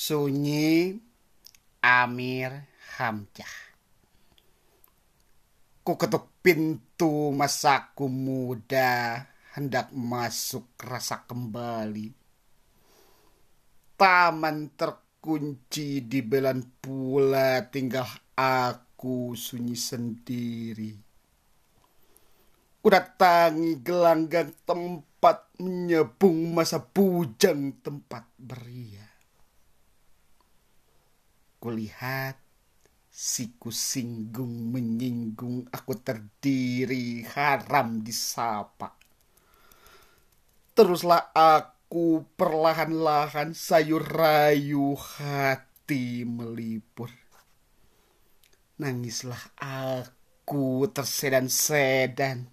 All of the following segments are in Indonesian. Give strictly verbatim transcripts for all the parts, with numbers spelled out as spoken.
Sunyi Amir Hamzah. Ku ketuk pintu masaku muda, hendak masuk rasa kembali. Taman terkunci di belan pula, tinggal aku sunyi sendiri. Ku datangi gelanggang tempat menyebung masa bujang tempat beria. Kulihat siku singgung menyinggung, aku terdiri haram disapa. Teruslah aku perlahan-lahan sayur rayu hati melipur. Nangislah aku tersedan-sedan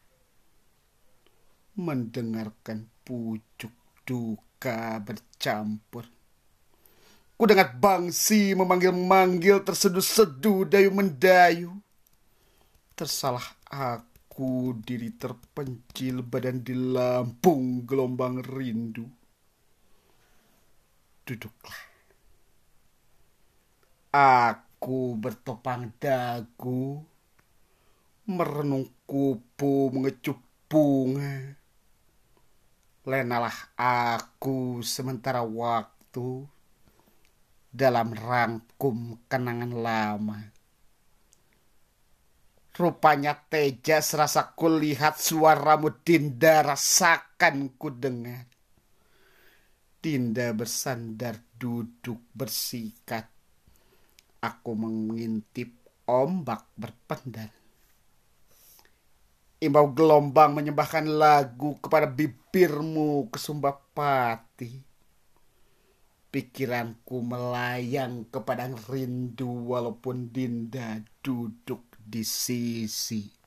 mendengarkan pucuk duka bercampur. Ku dengar bangsi memanggil-manggil, terseduh-seduh dayu-mendayu. Tersalah aku diri terpencil, badan di lambung gelombang rindu. Duduklah. Aku bertopang dagu, merenung kupu mengecup bunga. Lenalah aku sementara waktu dalam rangkum kenangan lama. Rupanya teja serasa kulihat, suaramu Dinda rasakan ku dengar. Dinda bersandar duduk bersikat. Aku mengintip ombak berpendar. Imbau gelombang menyembahkan lagu kepada bibirmu kesumba pati. Pikiranku melayang kepada rindu walaupun Dinda duduk di sisi.